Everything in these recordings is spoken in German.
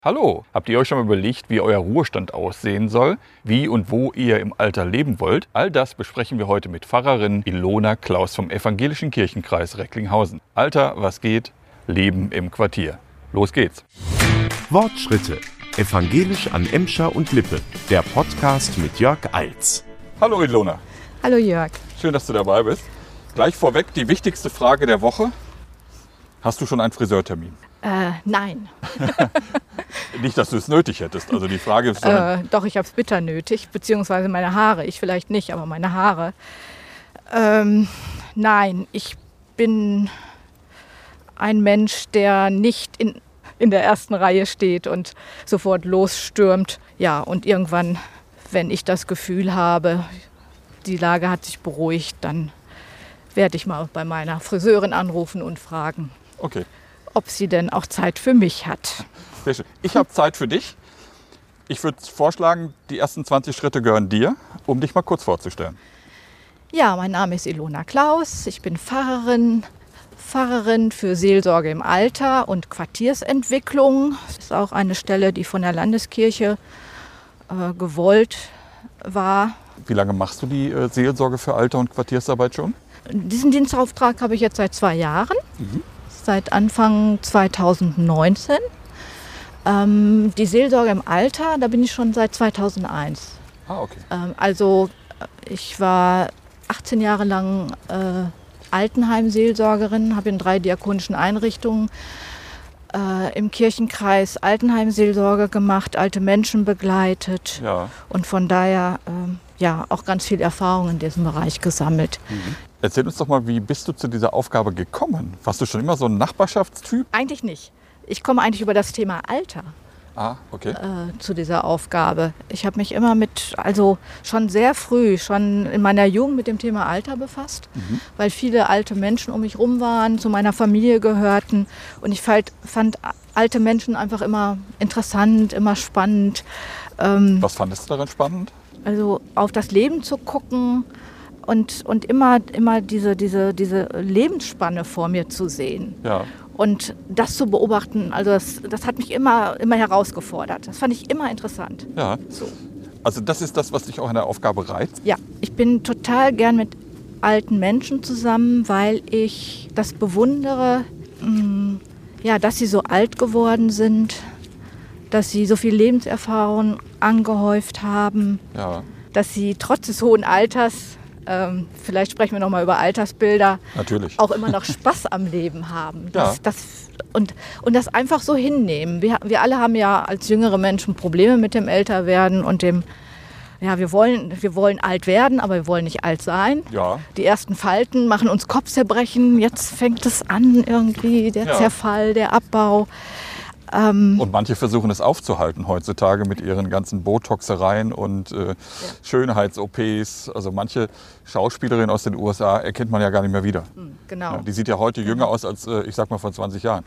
Hallo, habt ihr euch schon mal überlegt, wie euer Ruhestand aussehen soll? Wie und wo ihr im Alter leben wollt? All das besprechen wir heute mit Pfarrerin Ilona Klaus vom Evangelischen Kirchenkreis Recklinghausen. Alter, was geht? Leben im Quartier. Los geht's. Wortschritte. Evangelisch an Emscher und Lippe. Der Podcast mit Jörg Alz. Hallo Ilona. Hallo Jörg. Schön, dass du dabei bist. Gleich vorweg die wichtigste Frage der Woche. Hast du schon einen Friseurtermin? Nein. Nicht, dass du es nötig hättest. Also die Frage ist Doch, ich habe es bitter nötig, beziehungsweise meine Haare. Ich vielleicht nicht, aber meine Haare. Nein, ich bin ein Mensch, der nicht in der ersten Reihe steht und sofort losstürmt. Ja, und irgendwann, wenn ich das Gefühl habe, die Lage hat sich beruhigt, dann werde ich mal bei meiner Friseurin anrufen und fragen, okay, ob sie denn auch Zeit für mich hat. Sehr schön. Ich habe Zeit für dich. Ich würde vorschlagen, die ersten 20 Schritte gehören dir, um dich mal kurz vorzustellen. Ja, mein Name ist Ilona Klaus. Ich bin Pfarrerin für Seelsorge im Alter und Quartiersentwicklung. Das ist auch eine Stelle, die von der Landeskirche gewollt war. Wie lange machst du die Seelsorge für Alter- und Quartiersarbeit schon? Diesen Dienstauftrag habe ich jetzt seit 2 Jahren, seit Anfang 2019. Die Seelsorge im Alter, da bin ich schon seit 2001. Ah, okay. Also ich war 18 Jahre lang Altenheimseelsorgerin, habe in 3 diakonischen Einrichtungen im Kirchenkreis Altenheimseelsorge gemacht, alte Menschen begleitet und von daher auch ganz viel Erfahrung in diesem Bereich gesammelt. Erzähl uns doch mal, wie bist du zu dieser Aufgabe gekommen? Warst du schon immer so ein Nachbarschaftstyp? Eigentlich nicht. Ich komme eigentlich über das Thema Alter zu dieser Aufgabe. Ich habe mich immer schon sehr früh, schon in meiner Jugend mit dem Thema Alter befasst, weil viele alte Menschen um mich rum waren, zu meiner Familie gehörten und ich fand alte Menschen einfach immer interessant, immer spannend. Was fandest du daran spannend? Also auf das Leben zu gucken und immer diese Lebensspanne vor mir zu sehen. Ja. Und das zu beobachten, also das hat mich immer herausgefordert. Das fand ich immer interessant. Ja. So. Also das ist das, was dich auch in der Aufgabe reizt? Ja, ich bin total gern mit alten Menschen zusammen, weil ich das bewundere, dass sie so alt geworden sind, dass sie so viel Lebenserfahrung angehäuft haben, dass sie trotz des hohen Alters, vielleicht sprechen wir noch mal über Altersbilder, natürlich, auch immer noch Spaß am Leben haben. Ja. Und das einfach so hinnehmen. Wir alle haben ja als jüngere Menschen Probleme mit dem Älterwerden und dem, wir wollen alt werden, aber wir wollen nicht alt sein. Ja. Die ersten Falten machen uns Kopfzerbrechen. Jetzt fängt es an irgendwie, der Zerfall, der Abbau. Und manche versuchen es aufzuhalten heutzutage mit ihren ganzen Botoxereien und Schönheits-OPs. Also manche Schauspielerin aus den USA erkennt man ja gar nicht mehr wieder. Genau. Ja, die sieht ja heute jünger aus als, ich sag mal, vor 20 Jahren.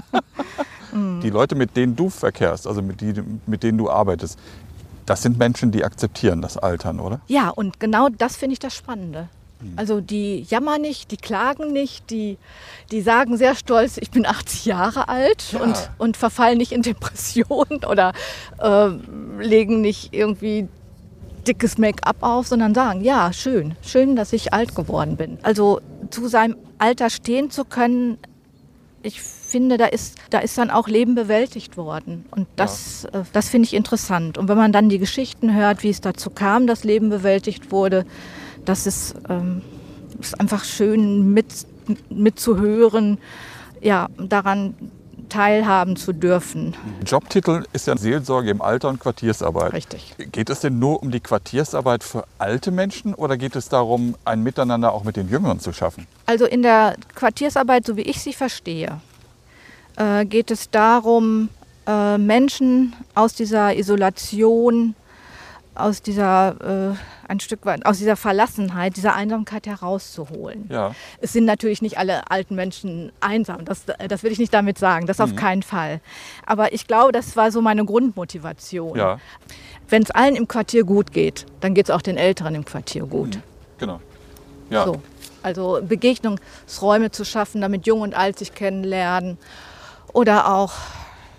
Die Leute, mit denen du verkehrst, also mit denen du arbeitest, das sind Menschen, die akzeptieren das Altern, oder? Ja, und genau das finde ich das Spannende. Also die jammern nicht, die klagen nicht, die sagen sehr stolz, ich bin 80 Jahre alt und verfallen nicht in Depressionen oder legen nicht irgendwie dickes Make-up auf, sondern sagen, ja, schön, dass ich alt geworden bin. Also zu seinem Alter stehen zu können, ich finde, da ist dann auch Leben bewältigt worden. Und das finde ich interessant. Und wenn man dann die Geschichten hört, wie es dazu kam, dass Leben bewältigt wurde, das ist einfach schön mitzuhören, daran teilhaben zu dürfen. Jobtitel ist ja Seelsorge im Alter und Quartiersarbeit. Richtig. Geht es denn nur um die Quartiersarbeit für alte Menschen oder geht es darum, ein Miteinander auch mit den Jüngeren zu schaffen? Also in der Quartiersarbeit, so wie ich sie verstehe, geht es darum, Menschen aus dieser Isolation, aus dieser Verlassenheit, dieser Einsamkeit herauszuholen. Ja. Es sind natürlich nicht alle alten Menschen einsam, das will ich nicht damit sagen, das auf keinen Fall. Aber ich glaube, das war so meine Grundmotivation. Ja. Wenn es allen im Quartier gut geht, dann geht es auch den Älteren im Quartier gut. Genau. Ja. So. Also Begegnungsräume zu schaffen, damit Jung und Alt sich kennenlernen oder auch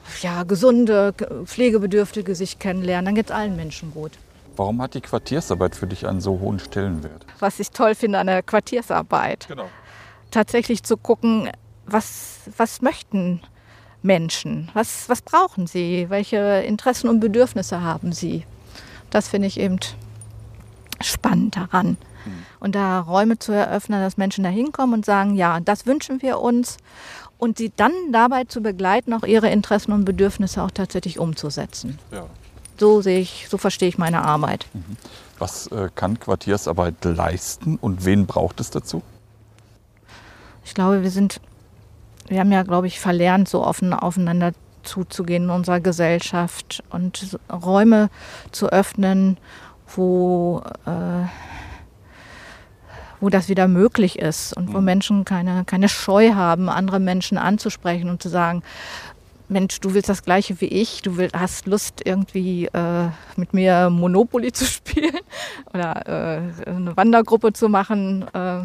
gesunde, Pflegebedürftige sich kennenlernen, dann geht es allen Menschen gut. Warum hat die Quartiersarbeit für dich einen so hohen Stellenwert? Was ich toll finde an der Quartiersarbeit, Genau. tatsächlich zu gucken, was möchten Menschen, was brauchen sie, welche Interessen und Bedürfnisse haben sie. Das finde ich eben spannend daran. Und da Räume zu eröffnen, dass Menschen da hinkommen und sagen, ja, das wünschen wir uns. Und sie dann dabei zu begleiten, auch ihre Interessen und Bedürfnisse auch tatsächlich umzusetzen. Ja. So verstehe ich meine Arbeit. Was kann Quartiersarbeit leisten und wen braucht es dazu? Ich glaube, wir haben ja, glaube ich, verlernt, so offen aufeinander zuzugehen in unserer Gesellschaft und Räume zu öffnen, wo das wieder möglich ist und wo Menschen keine Scheu haben, andere Menschen anzusprechen und zu sagen, Mensch, du willst das Gleiche wie ich, hast Lust irgendwie mit mir Monopoly zu spielen oder eine Wandergruppe zu machen,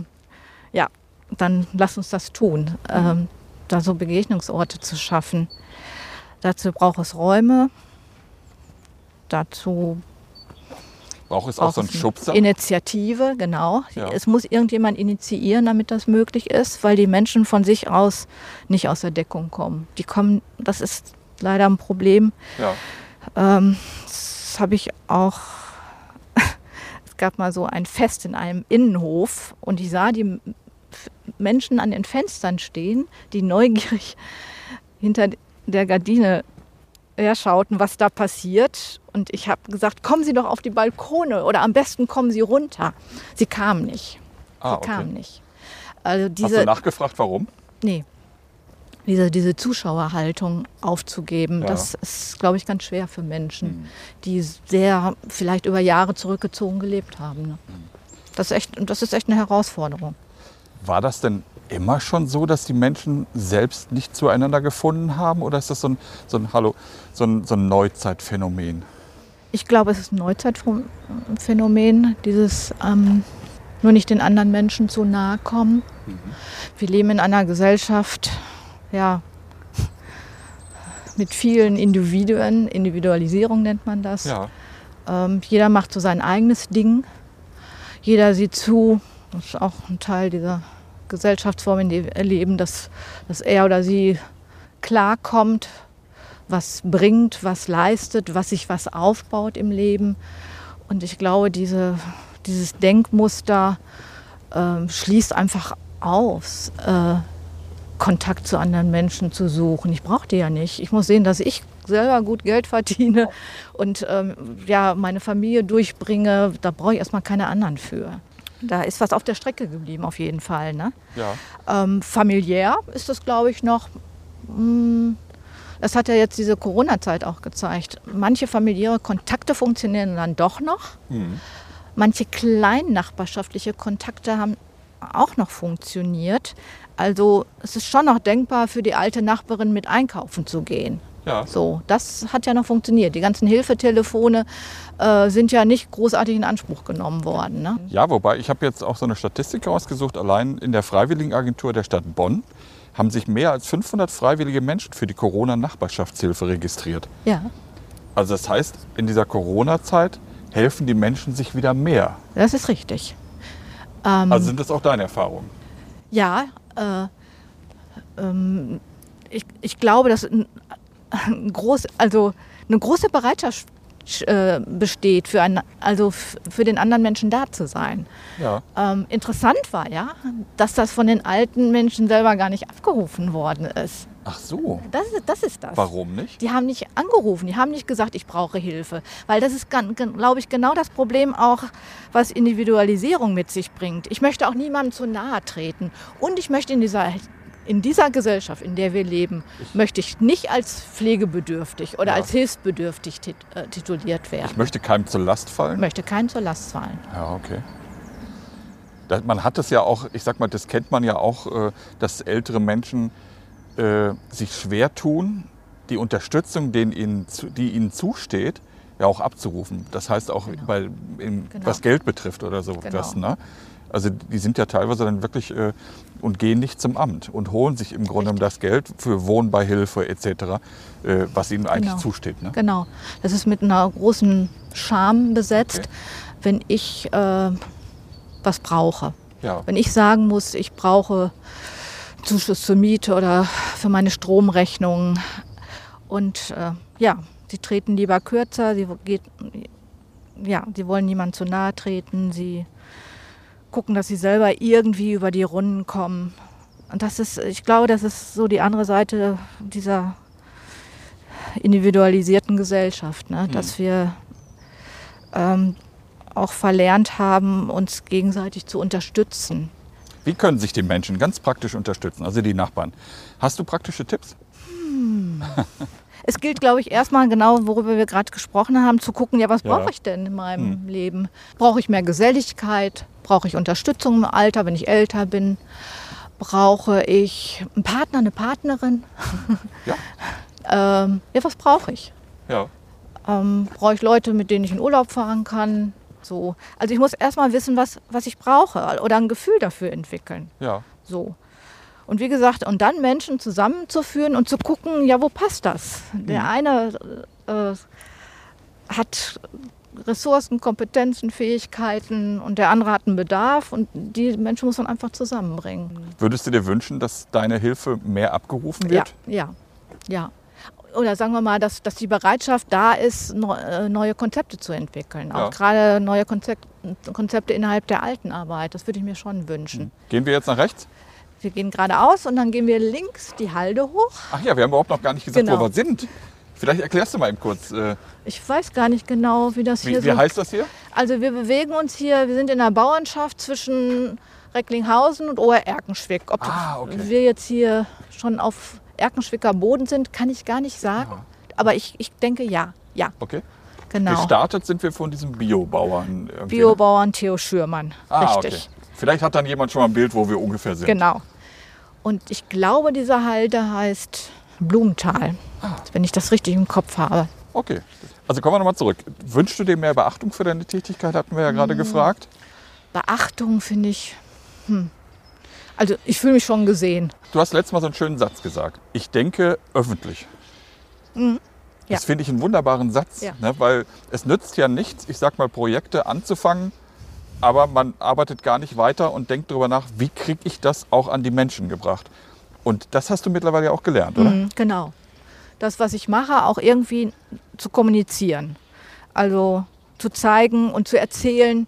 dann lass uns das tun, da so Begegnungsorte zu schaffen. Dazu braucht es Räume, dazu braucht es auch so einen Schubser? Initiative, genau. Ja. Es muss irgendjemand initiieren, damit das möglich ist, weil die Menschen von sich aus nicht aus der Deckung kommen. Das ist leider ein Problem. Ja. Das habe ich auch. Es gab mal so ein Fest in einem Innenhof und ich sah die Menschen an den Fenstern stehen, die neugierig hinter der Gardine schauten, was da passiert. Und ich habe gesagt, kommen Sie doch auf die Balkone oder am besten kommen Sie runter. Sie kamen nicht. Kamen nicht. Also Hast du nachgefragt, warum? Nee. Diese Zuschauerhaltung aufzugeben, Ja. das ist, glaube ich, ganz schwer für Menschen, die sehr vielleicht über Jahre zurückgezogen gelebt haben. Ne? Das ist echt eine Herausforderung. War das denn immer schon so, dass die Menschen selbst nicht zueinander gefunden haben? Oder ist das so ein Neuzeitphänomen? Ich glaube, es ist ein Neuzeitphänomen, dieses nur nicht den anderen Menschen zu nahe kommen. Wir leben in einer Gesellschaft, mit vielen Individuen, Individualisierung nennt man das. Ja. Jeder macht so sein eigenes Ding. Jeder sieht zu, das ist auch ein Teil dieser Gesellschaftsform, in der wir leben, dass er oder sie klarkommt, was bringt, was leistet, sich was aufbaut im Leben. Und ich glaube, dieses Denkmuster schließt einfach aus, Kontakt zu anderen Menschen zu suchen. Ich brauche die ja nicht. Ich muss sehen, dass ich selber gut Geld verdiene und meine Familie durchbringe. Da brauche ich erstmal keine anderen für. Da ist was auf der Strecke geblieben, auf jeden Fall. Ne? Ja. Familiär ist das, glaube ich, noch. Das hat ja jetzt diese Corona-Zeit auch gezeigt. Manche familiäre Kontakte funktionieren dann doch noch. Manche kleinen nachbarschaftliche Kontakte haben auch noch funktioniert. Also es ist schon noch denkbar, für die alte Nachbarin mit einkaufen zu gehen. Ja. So, das hat ja noch funktioniert. Die ganzen Hilfetelefone sind ja nicht großartig in Anspruch genommen worden. Ne? Ja, wobei ich habe jetzt auch so eine Statistik rausgesucht. Allein in der Freiwilligenagentur der Stadt Bonn haben sich mehr als 500 freiwillige Menschen für die Corona-Nachbarschaftshilfe registriert. Ja, Also das heißt, in dieser Corona-Zeit helfen die Menschen sich wieder mehr. das ist richtig. Also sind das auch deine Erfahrungen? Ja, ich glaube, dass eine große Bereitschaft besteht, für den anderen Menschen da zu sein. Ja. Interessant war ja, dass das von den alten Menschen selber gar nicht abgerufen worden ist. Ach so. Das ist das. Warum nicht? Die haben nicht angerufen, die haben nicht gesagt, ich brauche Hilfe. Weil das ist, glaube ich, genau das Problem auch, was Individualisierung mit sich bringt. Ich möchte auch niemandem zu nahe treten. Und ich möchte in dieser Gesellschaft, in der wir leben, möchte ich nicht als pflegebedürftig oder als hilfsbedürftig tituliert werden. Ich möchte keinem zur Last fallen? Ich möchte keinem zur Last fallen. Ja, okay. Man hat es ja auch, ich sag mal, das kennt man ja auch, dass ältere Menschen sich schwer tun, die Unterstützung, die ihnen zusteht, ja auch abzurufen. Das heißt auch, was Geld betrifft oder so. Genau. Das, ne? Also die sind ja teilweise dann wirklich und gehen nicht zum Amt und holen sich im Grunde genommen das Geld für Wohnbeihilfe etc., was ihnen eigentlich zusteht. Ne? Genau, das ist mit einer großen Scham besetzt, wenn ich was brauche. Ja. Wenn ich sagen muss, ich brauche Zuschuss zur Miete oder für meine Stromrechnung. Und sie treten lieber kürzer, sie wollen niemandem zu nahe treten, sie gucken, dass sie selber irgendwie über die Runden kommen. Und ich glaube, das ist so die andere Seite dieser individualisierten Gesellschaft, ne? Dass wir auch verlernt haben, uns gegenseitig zu unterstützen. Wie können sich die Menschen ganz praktisch unterstützen, also die Nachbarn? Hast du praktische Tipps? Es gilt, glaube ich, erstmal genau, worüber wir gerade gesprochen haben, zu gucken, was brauche ich denn in meinem Leben? Brauche ich mehr Geselligkeit? Brauche ich Unterstützung im Alter, wenn ich älter bin? Brauche ich einen Partner, eine Partnerin? Ja. Was brauche ich? Ja. Brauche ich Leute, mit denen ich in Urlaub fahren kann? So. Also ich muss erstmal wissen, was ich brauche oder ein Gefühl dafür entwickeln. Ja. So. Und wie gesagt, und dann Menschen zusammenzuführen und zu gucken, wo passt das? Der eine hat Ressourcen, Kompetenzen, Fähigkeiten und der andere hat einen Bedarf und die Menschen muss man einfach zusammenbringen. Würdest du dir wünschen, dass deine Hilfe mehr abgerufen wird? Ja. Oder sagen wir mal, dass die Bereitschaft da ist, neue Konzepte zu entwickeln. Auch gerade neue Konzepte innerhalb der alten Arbeit. Das würde ich mir schon wünschen. Gehen wir jetzt nach rechts? Wir gehen geradeaus und dann gehen wir links die Halde hoch. Ach ja, wir haben überhaupt noch gar nicht gesagt, wo wir sind. Vielleicht erklärst du mal eben kurz. Ich weiß gar nicht genau, wie das hier Wie heißt das hier? Also wir bewegen uns hier, wir sind in der Bauernschaft zwischen Recklinghausen und Ober-Erkenschwick. Ob wir jetzt hier schon auf Erkenschwicker Boden sind, kann ich gar nicht sagen. Ja. Aber ich denke, ja. Okay. Genau. Gestartet sind wir von diesem Biobauern. Biobauern Theo Schürmann, richtig. Okay. Vielleicht hat dann jemand schon mal ein Bild, wo wir ungefähr sind. Genau. Und ich glaube, diese Halde heißt Blumenthal, wenn ich das richtig im Kopf habe. Okay. Also kommen wir nochmal zurück. Wünschst du dir mehr Beachtung für deine Tätigkeit, hatten wir ja gerade gefragt. Beachtung finde ich... Also ich fühle mich schon gesehen. Du hast letztes Mal so einen schönen Satz gesagt. Ich denke öffentlich. Das finde ich einen wunderbaren Satz, ne? Weil es nützt ja nichts, ich sag mal, Projekte anzufangen, aber man arbeitet gar nicht weiter und denkt darüber nach, wie kriege ich das auch an die Menschen gebracht. Und das hast du mittlerweile ja auch gelernt, oder? Genau. Das, was ich mache, auch irgendwie zu kommunizieren. Also zu zeigen und zu erzählen,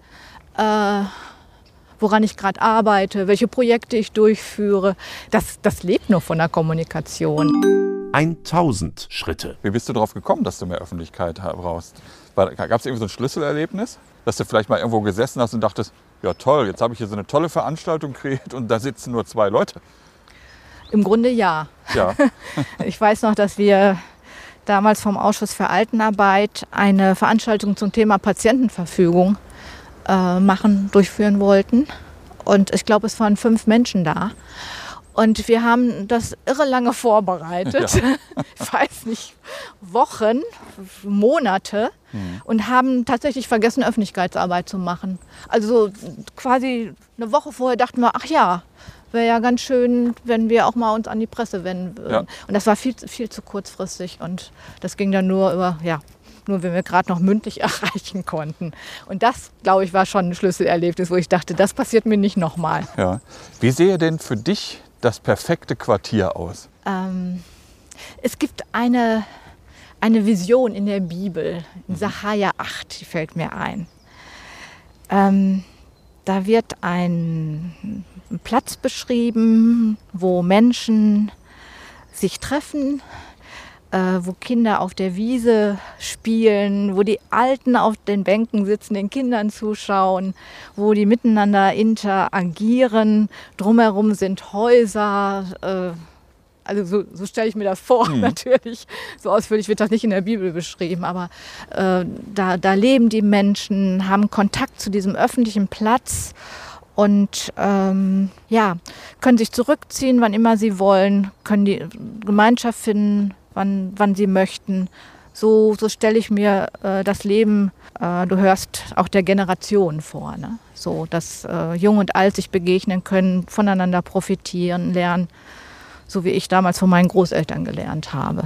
woran ich gerade arbeite, welche Projekte ich durchführe. Das lebt nur von der Kommunikation. 1000 Schritte. Wie bist du darauf gekommen, dass du mehr Öffentlichkeit brauchst? Gab es irgendwie so ein Schlüsselerlebnis, dass du vielleicht mal irgendwo gesessen hast und dachtest, ja toll, jetzt habe ich hier so eine tolle Veranstaltung kreiert und da sitzen nur 2 Leute? Im Grunde ja. Ich weiß noch, dass wir damals vom Ausschuss für Altenarbeit eine Veranstaltung zum Thema Patientenverfügung durchführen wollten. Und ich glaube, es waren 5 Menschen da. Und wir haben das irre lange vorbereitet. Ich weiß nicht, Wochen, Monate. Und haben tatsächlich vergessen, Öffentlichkeitsarbeit zu machen. Also quasi eine Woche vorher dachten wir, ach ja, wäre ja ganz schön, wenn wir auch mal uns an die Presse wenden würden. Ja. Und das war viel zu kurzfristig. Und das ging dann nur wenn wir gerade noch mündlich erreichen konnten. Und das, glaube ich, war schon ein Schlüsselerlebnis, wo ich dachte, das passiert mir nicht nochmal. Ja. Wie sähe denn für dich das perfekte Quartier aus? Es gibt eine Vision in der Bibel, in Sacharja 8, die fällt mir ein. Da wird ein Platz beschrieben, wo Menschen sich treffen, wo Kinder auf der Wiese spielen, wo die Alten auf den Bänken sitzen, den Kindern zuschauen, wo die miteinander interagieren. Drumherum sind Häuser. Also so stelle ich mir das vor, natürlich. So ausführlich wird das nicht in der Bibel beschrieben, aber da leben die Menschen, haben Kontakt zu diesem öffentlichen Platz und können sich zurückziehen, wann immer sie wollen, können die Gemeinschaft finden, wann sie möchten, So stelle ich mir das Leben, du hörst auch der Generation vor, ne? So, dass Jung und Alt sich begegnen können, voneinander profitieren, lernen, so wie ich damals von meinen Großeltern gelernt habe.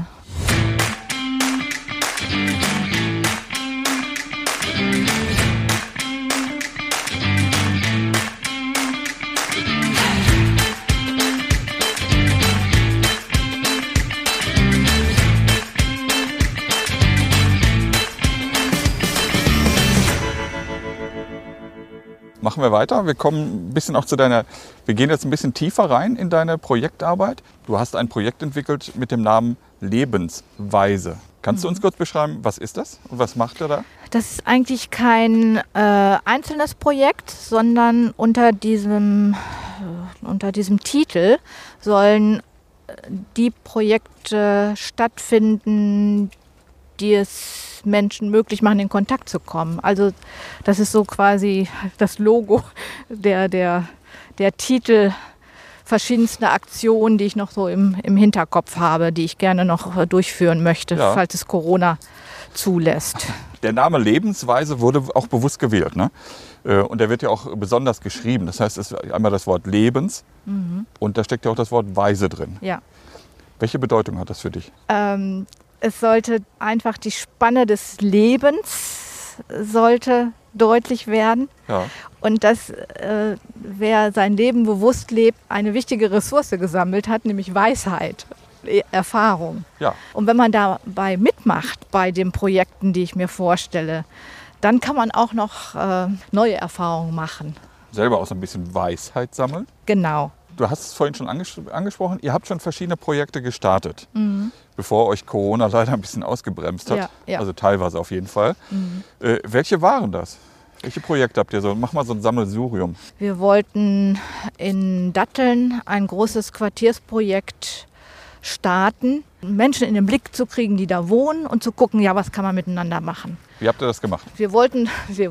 Machen wir weiter. Wir kommen ein bisschen auch wir gehen jetzt ein bisschen tiefer rein in deine Projektarbeit. Du hast ein Projekt entwickelt mit dem Namen Lebensweise. Kannst du uns kurz beschreiben, was ist das und was macht ihr da? Das ist eigentlich kein einzelnes Projekt, sondern unter diesem Titel sollen die Projekte stattfinden, die es Menschen möglich machen, in Kontakt zu kommen. Also das ist so quasi das Logo, der Titel verschiedenster Aktionen, die ich noch so im Hinterkopf habe, die ich gerne noch durchführen möchte, falls es Corona zulässt. Der Name Lebensweise wurde auch bewusst gewählt, ne? Und der wird ja auch besonders geschrieben. Das heißt, es ist einmal das Wort Lebens und da steckt ja auch das Wort Weise drin. Ja. Welche Bedeutung hat das für dich? Es sollte einfach die Spanne des Lebens sollte deutlich werden. Ja. Und dass wer sein Leben bewusst lebt, eine wichtige Ressource gesammelt hat, nämlich Weisheit, Erfahrung. Ja. Und wenn man dabei mitmacht, bei den Projekten, die ich mir vorstelle, dann kann man auch noch neue Erfahrungen machen. Selber auch so ein bisschen Weisheit sammeln. Genau. Du hast es vorhin schon angesprochen, ihr habt schon verschiedene Projekte gestartet, bevor euch Corona leider ein bisschen ausgebremst hat. Ja. Also teilweise auf jeden Fall. Welche waren das? Welche Projekte habt ihr so? Mach mal so ein Sammelsurium. Wir wollten in Datteln ein großes Quartiersprojekt starten, Menschen in den Blick zu kriegen, die da wohnen und zu gucken, ja, was kann man miteinander machen. Wie habt ihr das gemacht? Wir wollten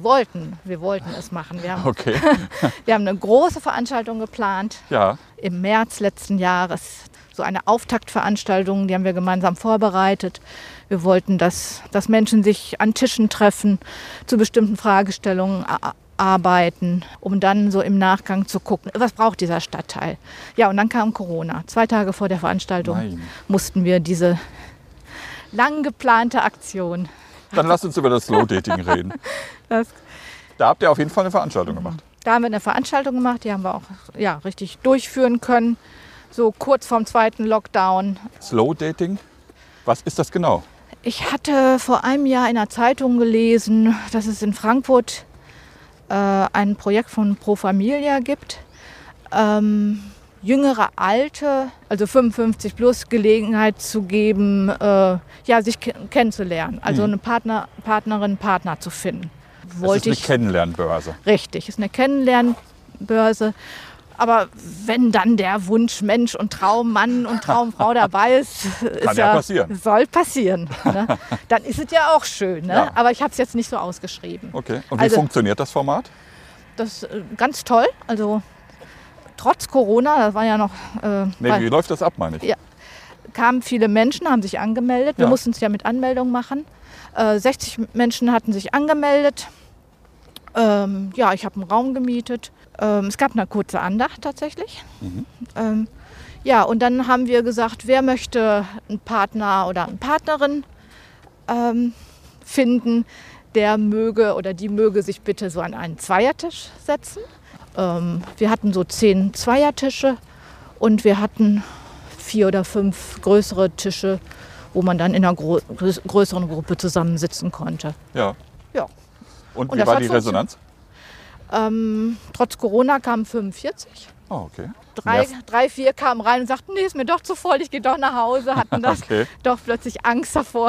es machen. Okay. Wir haben eine große Veranstaltung geplant, im März letzten Jahres. So eine Auftaktveranstaltung, die haben wir gemeinsam vorbereitet. Wir wollten, dass Menschen sich an Tischen treffen, zu bestimmten Fragestellungen arbeiten, um dann so im Nachgang zu gucken, was braucht dieser Stadtteil. Ja, und dann kam Corona. 2 Tage vor der Veranstaltung mussten wir diese lang geplante Aktion. Dann lasst uns über das Slow Dating reden. Da habt ihr auf jeden Fall eine Veranstaltung gemacht. Da haben wir eine Veranstaltung gemacht, die haben wir auch richtig durchführen können. So kurz vorm 2. Lockdown. Slow Dating, was ist das genau? Ich hatte vor einem Jahr in einer Zeitung gelesen, dass es in Frankfurt ein Projekt von Pro Familia gibt. Jüngere Alte, also 55 plus, Gelegenheit zu geben, sich kennenzulernen. Also eine Partnerin, Partner zu finden. Das ist eine Kennenlernbörse. Richtig, ist eine Kennenlernbörse. Aber wenn dann der Wunsch Mensch und Traummann und Traumfrau dabei ist, passieren. Soll passieren. Ne? Dann ist es ja auch schön. Ne? Ja. Aber ich habe es jetzt nicht so ausgeschrieben. Okay. Und wie funktioniert das Format? Das ist ganz toll. Also trotz Corona, das war ja noch... wie läuft das ab, meine ich? Ja, kamen viele Menschen, haben sich angemeldet. Wir mussten es ja mit Anmeldung machen. 60 Menschen hatten sich angemeldet. Ich habe einen Raum gemietet. Es gab eine kurze Andacht tatsächlich. Und dann haben wir gesagt, wer möchte einen Partner oder eine Partnerin finden, der möge oder die möge sich bitte so an einen Zweiertisch setzen. Wir hatten so 10 Zweiertische und wir hatten 4 oder 5 größere Tische, wo man dann in einer größeren Gruppe zusammensitzen konnte. Ja. Und wie das war die Resonanz? Trotz Corona kamen 45. Oh, okay. 3, 4 kamen rein und sagten, nee, ist mir doch zu voll, ich gehe doch nach Hause. Hatten das doch plötzlich Angst davor,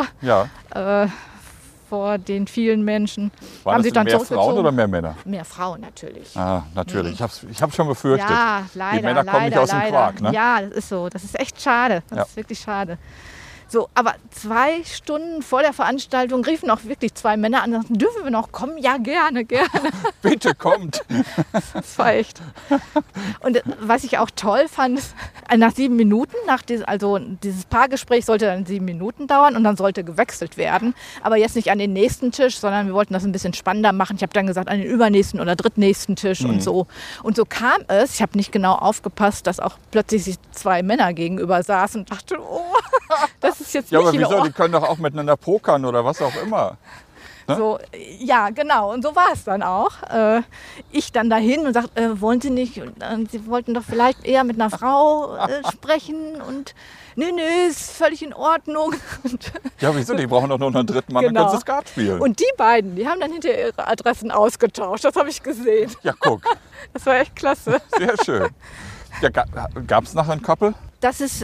vor den vielen Menschen. Waren das mehr Frauen oder mehr Männer? Mehr Frauen natürlich. Ah, natürlich. Ich habe schon befürchtet. Ja, leider. Die Männer kommen nicht aus dem Quark, ne? Ja, das ist so. Das ist echt schade. Das ist wirklich schade. So, aber 2 Stunden vor der Veranstaltung riefen auch wirklich 2 Männer an und sagten, dürfen wir noch kommen? Ja, gerne. Bitte kommt. Das war echt. Und was ich auch toll fand, nach 7 Minuten, dieses Paargespräch sollte dann 7 Minuten dauern und dann sollte gewechselt werden. Aber jetzt nicht an den nächsten Tisch, sondern wir wollten das ein bisschen spannender machen. Ich habe dann gesagt, an den übernächsten oder drittnächsten Tisch und so. Und so kam es, ich habe nicht genau aufgepasst, dass auch plötzlich sich 2 Männer gegenüber saßen und dachte, oh, das ist jetzt Ja, nicht aber in wieso? Ordnung. Die können doch auch miteinander pokern oder was auch immer. So, ja, genau. Und so war es dann auch. Ich dann dahin und sagte, wollen Sie nicht, Sie wollten doch vielleicht eher mit einer Frau sprechen und nee, ist völlig in Ordnung. Und, Ja, wieso? Die brauchen doch noch einen dritten Mann, Genau. dann können sie Skat spielen. und die beiden, die haben dann hinterher ihre Adressen ausgetauscht. Das habe ich gesehen. Ja, guck, Das war echt klasse. sehr schön. Ja, gab es nachher ein Couple? Das ist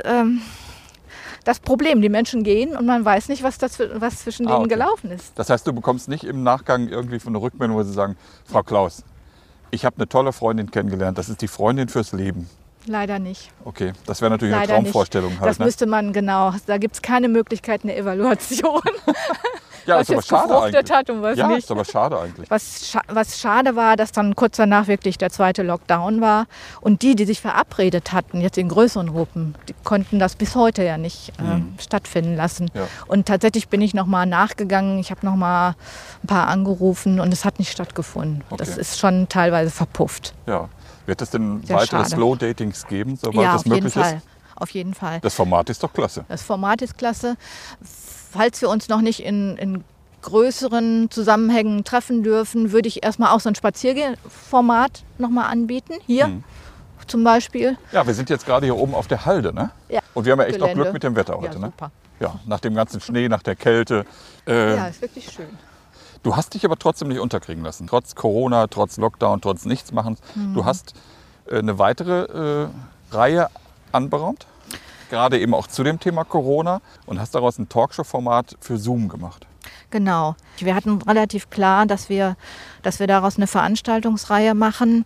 das Problem. Die Menschen gehen und man weiß nicht, was zwischen denen okay. gelaufen ist. Das heißt, du bekommst nicht im Nachgang irgendwie von einer Rückmeldung, wo sie sagen, Frau Klaus, ich habe eine tolle Freundin kennengelernt, das ist die Freundin fürs Leben. Leider nicht. Okay, das wäre natürlich Leider eine Traumvorstellung nicht. halt. Das müsste man, genau, da gibt es keine Möglichkeit, eine Evaluation. Ja, was ist aber jetzt schade gefruchtet eigentlich. hat und was Ja, nicht. ist aber schade eigentlich. Was schade war, dass dann kurz danach wirklich der zweite Lockdown war. Und die sich verabredet hatten, jetzt in größeren Gruppen, die konnten das bis heute ja nicht stattfinden lassen. Ja. Und tatsächlich bin ich nochmal nachgegangen. Ich habe nochmal ein paar angerufen und es hat nicht stattgefunden. Okay. Das ist schon teilweise verpufft. Ja. Wird es denn Sehr weitere schade. Slow-Datings geben, sobald Ja, das auf jeden möglich Fall. ist? Auf jeden Fall. Das Format ist doch klasse. Das Format ist klasse. Falls wir uns noch nicht in größeren Zusammenhängen treffen dürfen, würde ich erstmal auch so ein Spaziergehformat nochmal anbieten. Hier zum Beispiel. Ja, wir sind jetzt gerade hier oben auf der Halde, ne? Ja. Und wir haben ja echt auch Gelände. Glück mit dem Wetter heute, Ja, ne? super. Ja, nach dem ganzen Schnee, nach der Kälte. Ja, ist wirklich schön. Du hast dich aber trotzdem nicht unterkriegen lassen. Trotz Corona, trotz Lockdown, trotz Nichtsmachens. Du hast eine weitere Reihe anberaumt, gerade eben auch zu dem Thema Corona, und hast daraus ein Talkshow-Format für Zoom gemacht. Genau. Wir hatten relativ klar, dass wir daraus eine Veranstaltungsreihe machen.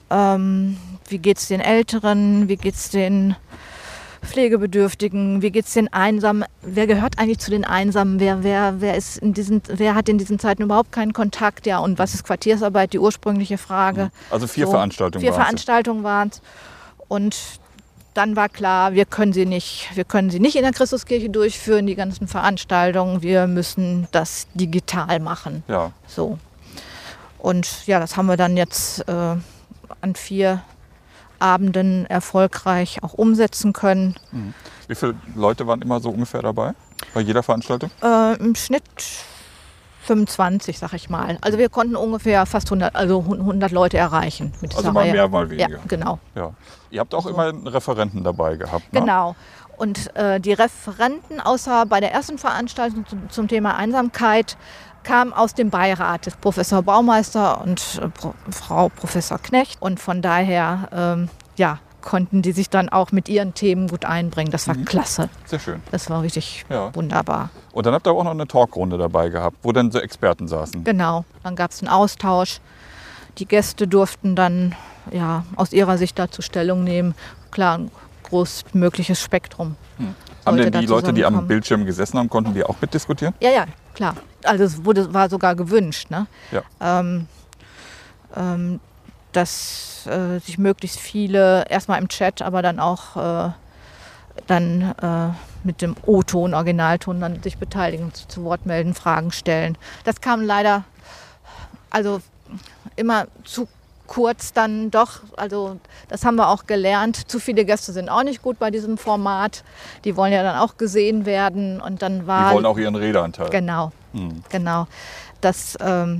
Wie geht es den Älteren? Wie geht es den Pflegebedürftigen? Wie geht es den Einsamen? Wer gehört eigentlich zu den Einsamen? Wer hat in diesen Zeiten überhaupt keinen Kontakt? Ja, und was ist Quartiersarbeit? Die ursprüngliche Frage. Also 4 So, Veranstaltungen 4 waren es. Veranstaltungen waren es. Und dann war klar, wir können sie nicht in der Christuskirche durchführen, die ganzen Veranstaltungen. Wir müssen das digital machen. Ja. So. Und ja, das haben wir dann jetzt an 4 Abenden erfolgreich auch umsetzen können. Wie viele Leute waren immer so ungefähr dabei bei jeder Veranstaltung? Im Schnitt 25, sag ich mal. Also wir konnten ungefähr fast 100 Leute erreichen mit dieser Also mal Reihe. mehr, mal weniger. Ja, genau. Ja. Ihr habt auch immer einen Referenten dabei gehabt, ne? Genau. Und die Referenten, außer bei der ersten Veranstaltung zum Thema Einsamkeit, kamen aus dem Beirat des Professor Baumeister und Frau Professor Knecht. Und von daher konnten die sich dann auch mit ihren Themen gut einbringen. Das war klasse. Sehr schön. Das war richtig Ja. wunderbar. Und dann habt ihr auch noch eine Talkrunde dabei gehabt, wo dann so Experten saßen. Genau. Dann gab es einen Austausch. Die Gäste durften dann aus ihrer Sicht dazu Stellung nehmen. Klar, ein großmögliches Spektrum. Haben sollte denn die da Leute, die am zusammenkommen. Bildschirm gesessen haben, konnten die auch mitdiskutieren? Ja, klar. Also es war sogar gewünscht, ne? Ja. Dass sich möglichst viele erstmal im Chat, aber dann auch mit dem O-Ton, Originalton dann sich beteiligen, zu Wort melden, Fragen stellen. Das kam leider immer zu kurz dann doch. Also das haben wir auch gelernt. Zu viele Gäste sind auch nicht gut bei diesem Format. Die wollen ja dann auch gesehen werden. Und dann war Die wollen auch ihren Redeanteil. Genau. Das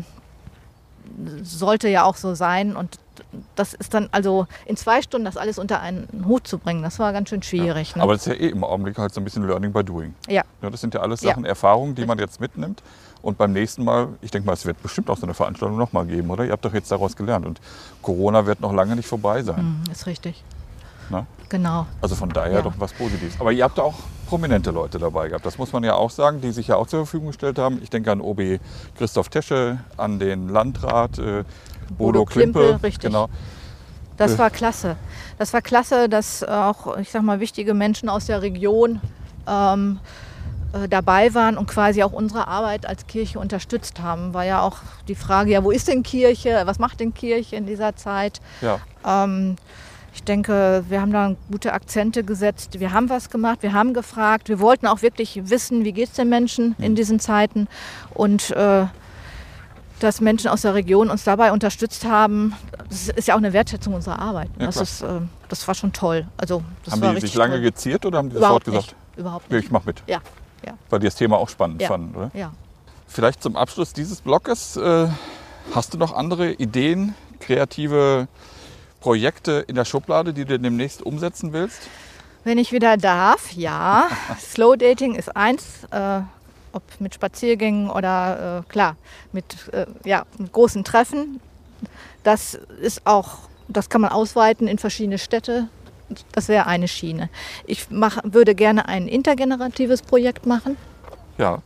sollte ja auch so sein. Und das ist dann, also in 2 Stunden das alles unter einen Hut zu bringen, das war ganz schön schwierig. Ne? Aber das ist ja im Augenblick halt so ein bisschen Learning by Doing. Ja. Ja, das sind ja alles Ja. Sachen, Erfahrungen, die man jetzt mitnimmt. Und beim nächsten Mal, ich denke mal, es wird bestimmt auch so eine Veranstaltung nochmal geben, oder? Ihr habt doch jetzt daraus gelernt. Und Corona wird noch lange nicht vorbei sein. Ist richtig. Ne? Genau. Also von daher Ja. doch was Positives. Aber ihr habt auch prominente Leute dabei gehabt. Das muss man ja auch sagen, die sich ja auch zur Verfügung gestellt haben. Ich denke an OB Christoph Tesche, an den Landrat Bodo Klimpel. Richtig. Genau. Das war klasse. Das war klasse, dass auch, ich sag mal, wichtige Menschen aus der Region dabei waren und quasi auch unsere Arbeit als Kirche unterstützt haben. War ja auch die Frage, ja, wo ist denn Kirche? Was macht denn Kirche in dieser Zeit? Ja. Ich denke, wir haben da gute Akzente gesetzt. Wir haben was gemacht, wir haben gefragt. Wir wollten auch wirklich wissen, wie geht es den Menschen in diesen Zeiten. Und dass Menschen aus der Region uns dabei unterstützt haben, das ist ja auch eine Wertschätzung unserer Arbeit. Ja, das war schon toll. Also, das haben war die sich lange toll. geziert oder haben die Überhaupt sofort gesagt, nicht. Überhaupt ja, nicht. ich mach mit? Ja. Weil die das Thema auch spannend Ja. fanden, oder? Ja. Vielleicht zum Abschluss dieses Blogs, hast du noch andere Ideen, kreative Projekte in der Schublade, die du demnächst umsetzen willst? Wenn ich wieder darf, ja. Slow Dating ist eins, ob mit Spaziergängen oder klar, mit großen Treffen. Das ist auch, das kann man ausweiten in verschiedene Städte. Das wäre eine Schiene. Ich würde gerne ein intergeneratives Projekt machen. Ja.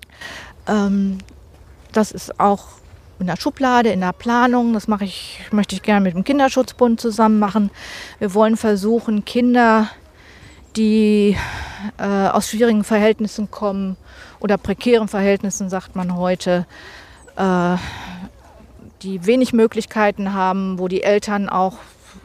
Das ist auch in der Schublade, in der Planung. Das möchte ich gerne mit dem Kinderschutzbund zusammen machen. Wir wollen versuchen, Kinder, die aus schwierigen Verhältnissen kommen oder prekären Verhältnissen, sagt man heute, die wenig Möglichkeiten haben, wo die Eltern auch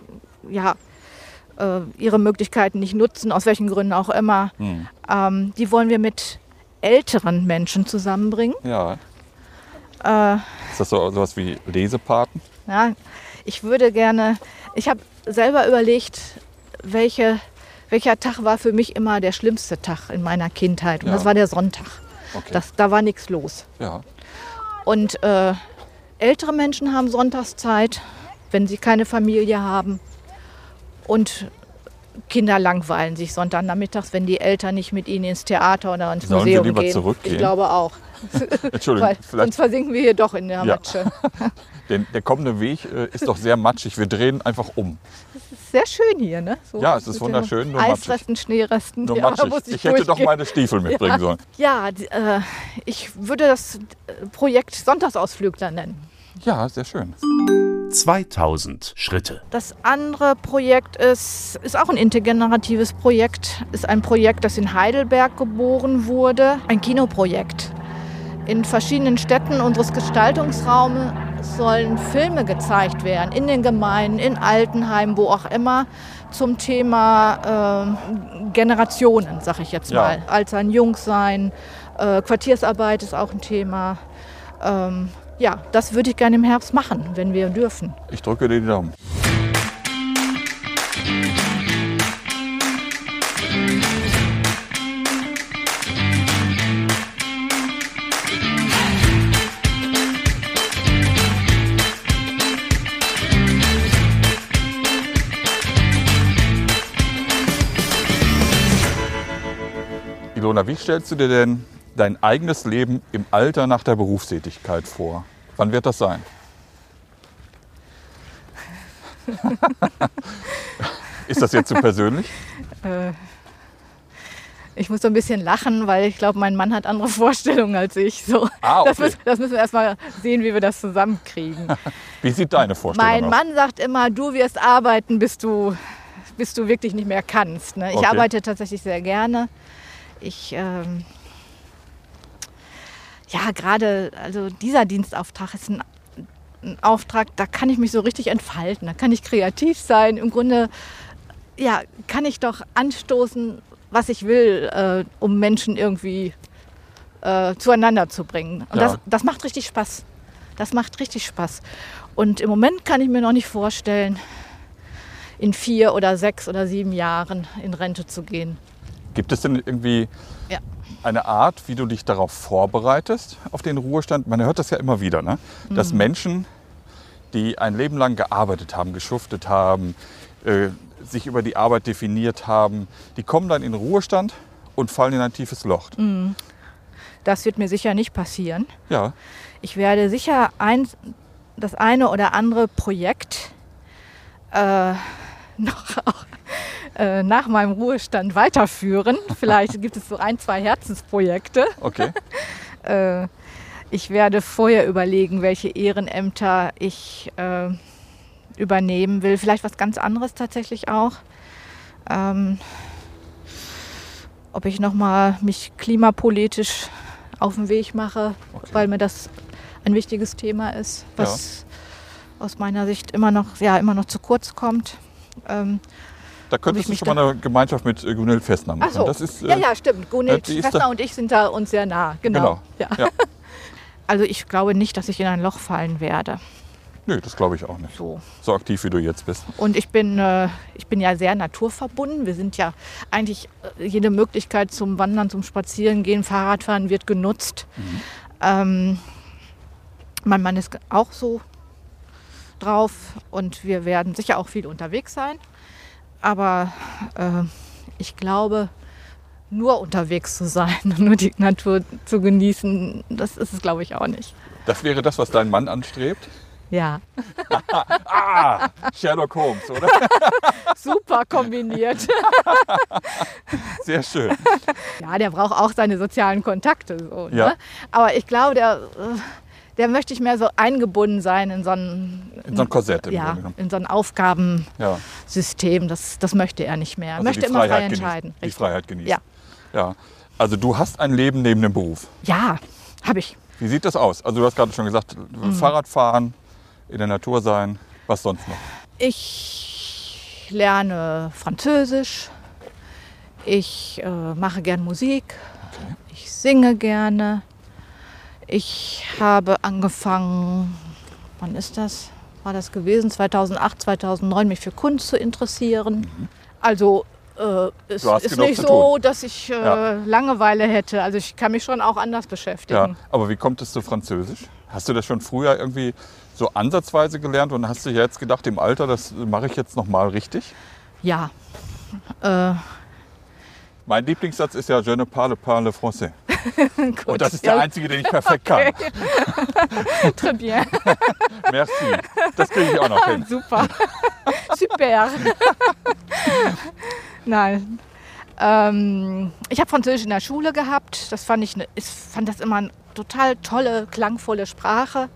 ihre Möglichkeiten nicht nutzen, aus welchen Gründen auch immer. Die wollen wir mit älteren Menschen zusammenbringen. Ja. Ist das sowas wie Lesepaten? Ja, ich habe selber überlegt, welcher Tag war für mich immer der schlimmste Tag in meiner Kindheit. Und das war der Sonntag. Okay. Da war nichts los. Ja. Und ältere Menschen haben Sonntagszeit, wenn sie keine Familie haben. Und Kinder langweilen sich Sonntagnachmittags, wenn die Eltern nicht mit ihnen ins Theater oder ins Sollen Museum sie lieber gehen. zurückgehen? Ich glaube auch. Entschuldigung, Weil vielleicht. sonst versinken wir hier doch in der Matsche. Der kommende Weg ist doch sehr matschig. Wir drehen einfach um. Sehr schön hier, ne? So Ja, es ist mit wunderschön, den nur matschig. Eisresten, Schneeresten. Nur Ja, matschig. muss Ich hätte doch durchgehen. meine Stiefel mitbringen sollen. Ja, ich würde das Projekt Sonntagsausflügler nennen. Ja, sehr schön. 2000 Schritte. Das andere Projekt ist auch ein intergeneratives Projekt. Ist ein Projekt, das in Heidelberg geboren wurde. Ein Kinoprojekt. In verschiedenen Städten unseres Gestaltungsraumes sollen Filme gezeigt werden. In den Gemeinden, in Altenheimen, wo auch immer. Zum Thema Generationen, sag ich jetzt mal. Alt sein, jung sein. Quartiersarbeit ist auch ein Thema. Ja, das würde ich gerne im Herbst machen, wenn wir dürfen. Ich drücke dir die Daumen. Ilona, wie stellst du dir denn dein eigenes Leben im Alter nach der Berufstätigkeit vor? Wann wird das sein? Ist das jetzt zu persönlich? Ich muss so ein bisschen lachen, weil ich glaube, mein Mann hat andere Vorstellungen als ich. So. Okay. Das müssen wir erst mal sehen, wie wir das zusammenkriegen. Wie sieht deine Vorstellung Mein aus? Mann sagt immer, du wirst arbeiten, bis du wirklich nicht mehr kannst. Ne? Ich Okay. arbeite tatsächlich sehr gerne. Gerade also dieser Dienstauftrag ist ein Auftrag, da kann ich mich so richtig entfalten, da kann ich kreativ sein. Im Grunde kann ich doch anstoßen, was ich will, um Menschen irgendwie zueinander zu bringen. Und das macht richtig Spaß. Das macht richtig Spaß. Und im Moment kann ich mir noch nicht vorstellen, in 4 oder 6 oder 7 Jahren in Rente zu gehen. Gibt es denn irgendwie eine Art, wie du dich darauf vorbereitest, auf den Ruhestand? Man hört das ja immer wieder, ne? Dass Menschen, die ein Leben lang gearbeitet haben, geschuftet haben, sich über die Arbeit definiert haben, die kommen dann in den Ruhestand und fallen in ein tiefes Loch. Das wird mir sicher nicht passieren. Ja, Ich werde sicher das eine oder andere Projekt noch auch nach meinem Ruhestand weiterführen. Vielleicht gibt es so 1, 2 Herzensprojekte. okay. Ich werde vorher überlegen, welche Ehrenämter ich übernehmen will. Vielleicht was ganz anderes tatsächlich auch. ob ich nochmal mich klimapolitisch auf den Weg mache, weil mir das ein wichtiges Thema ist, was aus meiner Sicht immer noch zu kurz kommt. Da könntest du schon mal eine Gemeinschaft mit Gunhild Festner machen. Ach so. Das ist, ja, stimmt. Gunhild die ist Festner und ich sind da uns sehr nah. Genau. Ja. Ja. Also ich glaube nicht, dass ich in ein Loch fallen werde. Nö, das glaube ich auch nicht. So aktiv, wie du jetzt bist. Und ich bin ja sehr naturverbunden. Wir sind ja eigentlich, jede Möglichkeit zum Wandern, zum Spazierengehen, Fahrradfahren wird genutzt. Mein Mann ist auch so drauf und wir werden sicher auch viel unterwegs sein. Aber ich glaube, nur unterwegs zu sein und nur die Natur zu genießen, das ist es, glaube ich, auch nicht. Das wäre das, was dein Mann anstrebt? Ja. Sherlock Holmes, oder? Super kombiniert. Sehr schön. Ja, der braucht auch seine sozialen Kontakte. So, Ja. Ne? Aber ich glaube, der möchte ich mehr so eingebunden sein in so ein Korsett im Grunde Ja, genommen. in so ein Aufgabensystem. Das möchte er nicht mehr. Er Also möchte die immer frei Freiheit entscheiden. genießen. Die Richtig. Freiheit genießen. Ja. Ja. Also du hast ein Leben neben dem Beruf. Ja, habe ich. Wie sieht das aus? Also du hast gerade schon gesagt, Fahrradfahren, in der Natur sein. Was sonst noch? Ich lerne Französisch. Ich mache gern Musik. Okay. Ich singe gerne. Ich habe angefangen, wann ist das? War das gewesen? 2008, 2009, mich für Kunst zu interessieren. Also es Du hast ist genug nicht zu so, tun. dass ich Ja. Langeweile hätte. Also ich kann mich schon auch anders beschäftigen. Ja. Aber wie kommt es zu Französisch? Hast du das schon früher irgendwie so ansatzweise gelernt und hast du jetzt gedacht, im Alter, das mache ich jetzt nochmal richtig? Ja. Mein Lieblingssatz ist ja, je ne parle pas le français. Gut. Und das ist der einzige, den ich perfekt kann. Très bien. Merci. Das kriege ich auch noch hin. Super. Super. Nein. Ich habe Französisch in der Schule gehabt. Das fand das immer eine total tolle, klangvolle Sprache.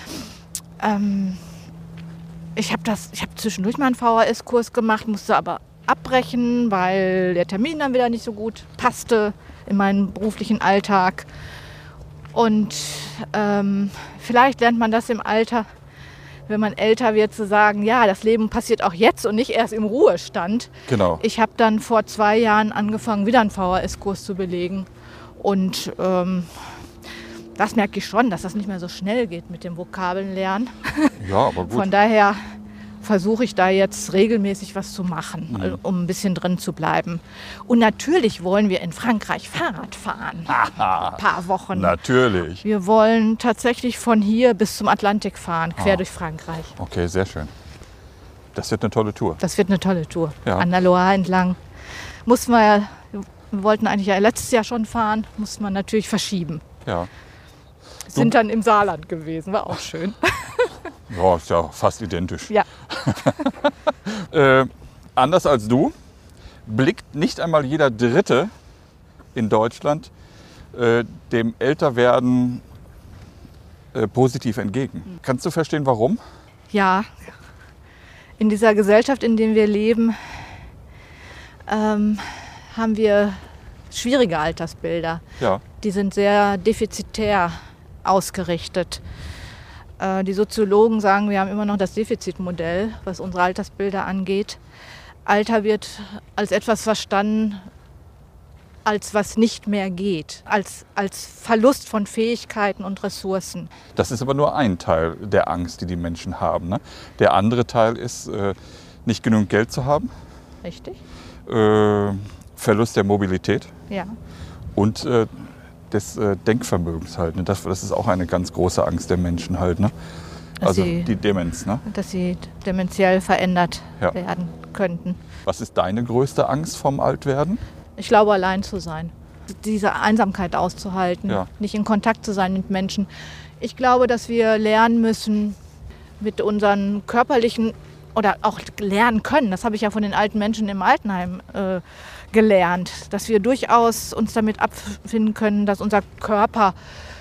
Ich habe zwischendurch mal einen VHS-Kurs gemacht, musste aber abbrechen, weil der Termin dann wieder nicht so gut passte in meinen beruflichen Alltag. Und vielleicht lernt man das im Alter, wenn man älter wird, zu sagen, ja, das Leben passiert auch jetzt und nicht erst im Ruhestand. Genau. Ich habe dann vor 2 Jahren angefangen, wieder einen VHS-Kurs zu belegen. Und das merke ich schon, dass das nicht mehr so schnell geht mit dem Vokabellernen. Ja, aber gut. Von daher versuche ich da jetzt regelmäßig was zu machen, um ein bisschen drin zu bleiben. Und natürlich wollen wir in Frankreich Fahrrad fahren. Ein paar Wochen. Natürlich. Wir wollen tatsächlich von hier bis zum Atlantik fahren, quer durch Frankreich. Okay, sehr schön. Das wird eine tolle Tour. Das wird eine tolle Tour. Ja. An der Loire entlang. Wir wollten eigentlich ja letztes Jahr schon fahren, mussten wir natürlich verschieben. Ja. Sind dann im Saarland gewesen, war auch schön. Ja, ist ja fast identisch. Ja. Anders als du blickt nicht einmal jeder Dritte in Deutschland dem Älterwerden positiv entgegen. Kannst du verstehen, warum? Ja, in dieser Gesellschaft, in der wir leben, haben wir schwierige Altersbilder. Ja. Die sind sehr defizitär ausgerichtet. Die Soziologen sagen, wir haben immer noch das Defizitmodell, was unsere Altersbilder angeht. Alter wird als etwas verstanden, als was nicht mehr geht, als Verlust von Fähigkeiten und Ressourcen. Das ist aber nur ein Teil der Angst, die die Menschen haben. Ne? Der andere Teil ist, nicht genug Geld zu haben, Richtig? Verlust der Mobilität Ja. und des Denkvermögens halt. Ne? Das ist auch eine ganz große Angst der Menschen halt. Ne? Also die Demenz. Ne? Dass sie dementiell verändert Ja. werden könnten. Was ist deine größte Angst vom Altwerden? Ich glaube, allein zu sein. Diese Einsamkeit auszuhalten, Ja. nicht in Kontakt zu sein mit Menschen. Ich glaube, dass wir lernen müssen, mit unseren körperlichen oder auch lernen können, das habe ich ja von den alten Menschen im Altenheim gelernt, dass wir durchaus uns damit abfinden können, dass unser Körper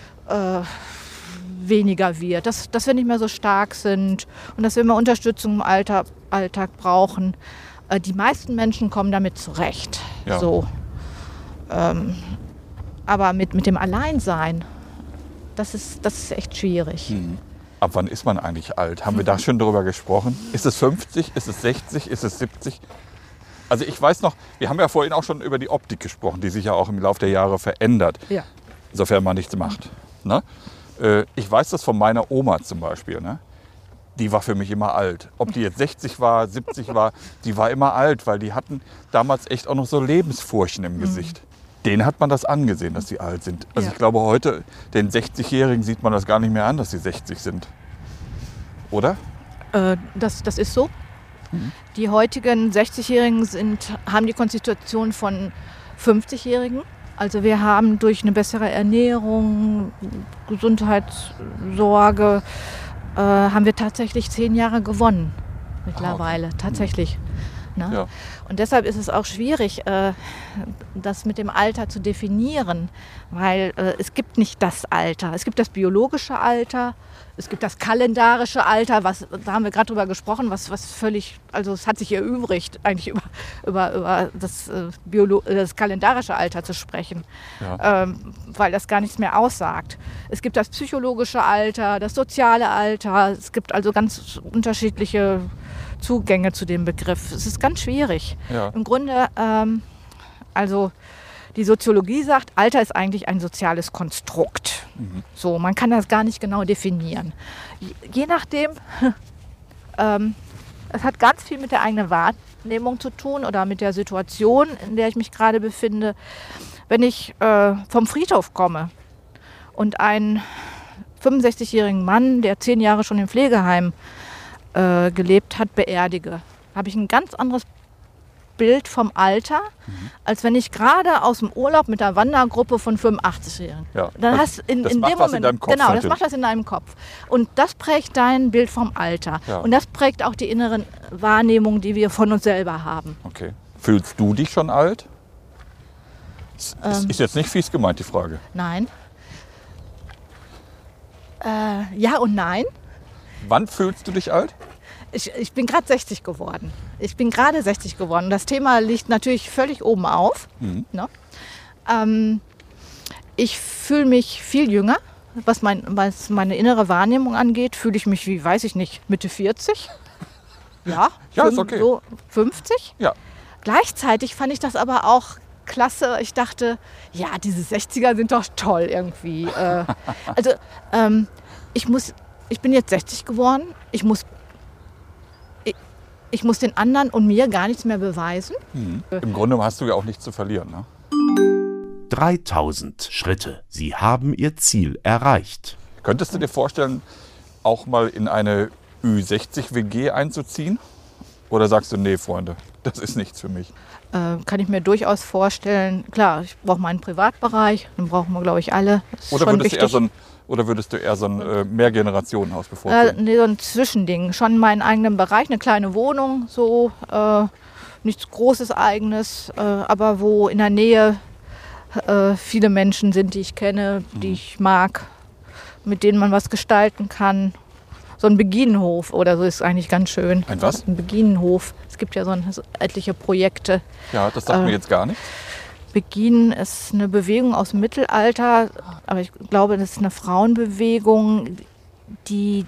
weniger wird, dass wir nicht mehr so stark sind und dass wir immer Unterstützung im Alltag brauchen. Die meisten Menschen kommen damit zurecht. Ja. So. Aber mit dem Alleinsein, das ist echt schwierig. Ab wann ist man eigentlich alt? Haben wir da schon drüber gesprochen? Ist es 50? Ist es 60? Ist es 70? Also ich weiß noch, wir haben ja vorhin auch schon über die Optik gesprochen, die sich ja auch im Laufe der Jahre verändert, Ja. sofern man nichts macht. Ne? Ich weiß das von meiner Oma zum Beispiel. Ne? Die war für mich immer alt. Ob die jetzt 60 war, 70 war, die war immer alt, weil die hatten damals echt auch noch so Lebensfurchen im Gesicht. Denen hat man das angesehen, dass sie alt sind. Also Ja. ich glaube, heute, den 60-Jährigen sieht man das gar nicht mehr an, dass sie 60 sind. Oder? Das ist so. Die heutigen 60-Jährigen haben die Konstitution von 50-Jährigen. Also wir haben durch eine bessere Ernährung, Gesundheitssorge, haben wir tatsächlich 10 Jahre gewonnen mittlerweile. Tatsächlich. Ne? Ja. Und deshalb ist es auch schwierig, das mit dem Alter zu definieren, weil es gibt nicht das Alter. Es gibt das biologische Alter, es gibt das kalendarische Alter, da haben wir gerade drüber gesprochen, was völlig, also es hat sich erübrigt, eigentlich über das kalendarische Alter zu sprechen, weil das gar nichts mehr aussagt. Es gibt das psychologische Alter, das soziale Alter, es gibt also ganz unterschiedliche Zugänge zu dem Begriff. Es ist ganz schwierig. Ja. Im Grunde, also die Soziologie sagt, Alter ist eigentlich ein soziales Konstrukt. So, man kann das gar nicht genau definieren. Je nachdem, es hat ganz viel mit der eigenen Wahrnehmung zu tun oder mit der Situation, in der ich mich gerade befinde. Wenn ich vom Friedhof komme und einen 65-jährigen Mann, der 10 Jahre schon im Pflegeheim gelebt hat, beerdige, habe ich ein ganz anderes Bild vom Alter, als wenn ich gerade aus dem Urlaub mit einer Wandergruppe von 85-Jährigen. Ja. Dann Also hast in das dem macht was Moment, in deinem Kopf genau, das natürlich. macht das in deinem Kopf. Und das prägt dein Bild vom Alter. Ja. Und das prägt auch die inneren Wahrnehmungen, die wir von uns selber haben. Okay. Fühlst du dich schon alt? Ist jetzt nicht fies gemeint, die Frage. Nein. Ja und nein. Wann fühlst du dich alt? Ich bin gerade 60 geworden. Ich bin gerade 60 geworden. Das Thema liegt natürlich völlig oben auf. Ne? Ich fühle mich viel jünger. Was meine innere Wahrnehmung angeht, fühle ich mich wie, weiß ich nicht, Mitte 40. Ja, Ja, ist okay. So 50. Ja. Gleichzeitig fand ich das aber auch klasse. Ich dachte, ja, diese 60er sind doch toll irgendwie. Ich bin jetzt 60 geworden. Ich muss den anderen und mir gar nichts mehr beweisen. Im Grunde hast du ja auch nichts zu verlieren. Ne? 3000 Schritte. Sie haben Ihr Ziel erreicht. Könntest du dir vorstellen, auch mal in eine Ü60-WG einzuziehen? Oder sagst du, nee, Freunde, das ist nichts für mich? Kann ich mir durchaus vorstellen. Klar, ich brauche meinen Privatbereich. Den brauchen wir, glaube ich, alle. Das ist Oder schon würdest du eher so ein Mehrgenerationenhaus wichtig. bevorzugen? Nee, so ein Zwischending. Schon meinen eigenen Bereich, eine kleine Wohnung, so nichts Großes Eigenes, aber wo in der Nähe viele Menschen sind, die ich kenne, die ich mag, mit denen man was gestalten kann. So ein Beginenhof oder so ist eigentlich ganz schön. Ein was? Ein Beginenhof. Es gibt ja so etliche Projekte. Ja, das sagt mir jetzt gar nichts. Beginen ist eine Bewegung aus dem Mittelalter, aber ich glaube, das ist eine Frauenbewegung, die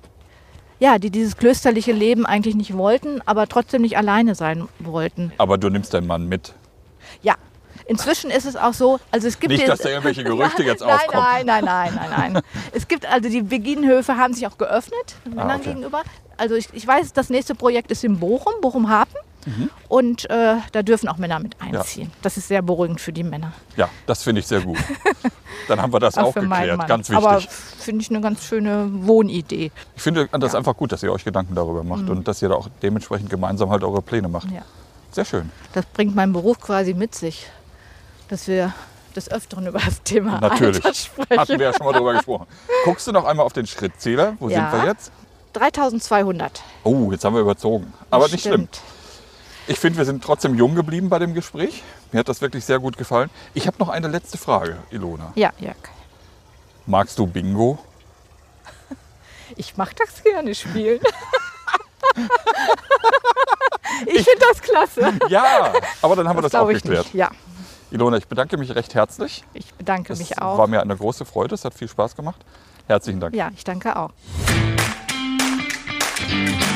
dieses klösterliche Leben eigentlich nicht wollten, aber trotzdem nicht alleine sein wollten. Aber du nimmst deinen Mann mit. Ja, inzwischen ist es auch so, also es gibt Nicht, dass da irgendwelche Gerüchte jetzt aufkommen. Nein. Es gibt also die Beginenhöfe haben sich auch geöffnet Männern okay. gegenüber. Also ich weiß, das nächste Projekt ist in Bochum-Hafen. Und da dürfen auch Männer mit einziehen. Ja. Das ist sehr beruhigend für die Männer. Ja, das finde ich sehr gut. Dann haben wir das auch für meinen geklärt. Mann. Ganz wichtig. Aber finde ich eine ganz schöne Wohnidee. Ich finde das einfach gut, dass ihr euch Gedanken darüber macht und dass ihr da auch dementsprechend gemeinsam halt eure Pläne macht. Ja. Sehr schön. Das bringt mein Beruf quasi mit sich, dass wir des Öfteren über das Thema Natürlich. Alter sprechen. Hatten wir ja schon mal drüber gesprochen. Guckst du noch einmal auf den Schrittzähler? Wo sind wir jetzt? 3200. Oh, jetzt haben wir überzogen. Aber Das nicht schlimm. stimmt. Ich finde, wir sind trotzdem jung geblieben bei dem Gespräch. Mir hat das wirklich sehr gut gefallen. Ich habe noch eine letzte Frage, Ilona. Ja, Jörg. Magst du Bingo? Ich mag das gerne spielen. Ich finde das klasse. Ja, aber dann haben wir das auch glaube ich geklärt. nicht. Ja. Ilona, ich bedanke mich recht herzlich. Ich bedanke mich Es auch. war mir eine große Freude, es hat viel Spaß gemacht. Herzlichen Dank. Ja, ich danke auch.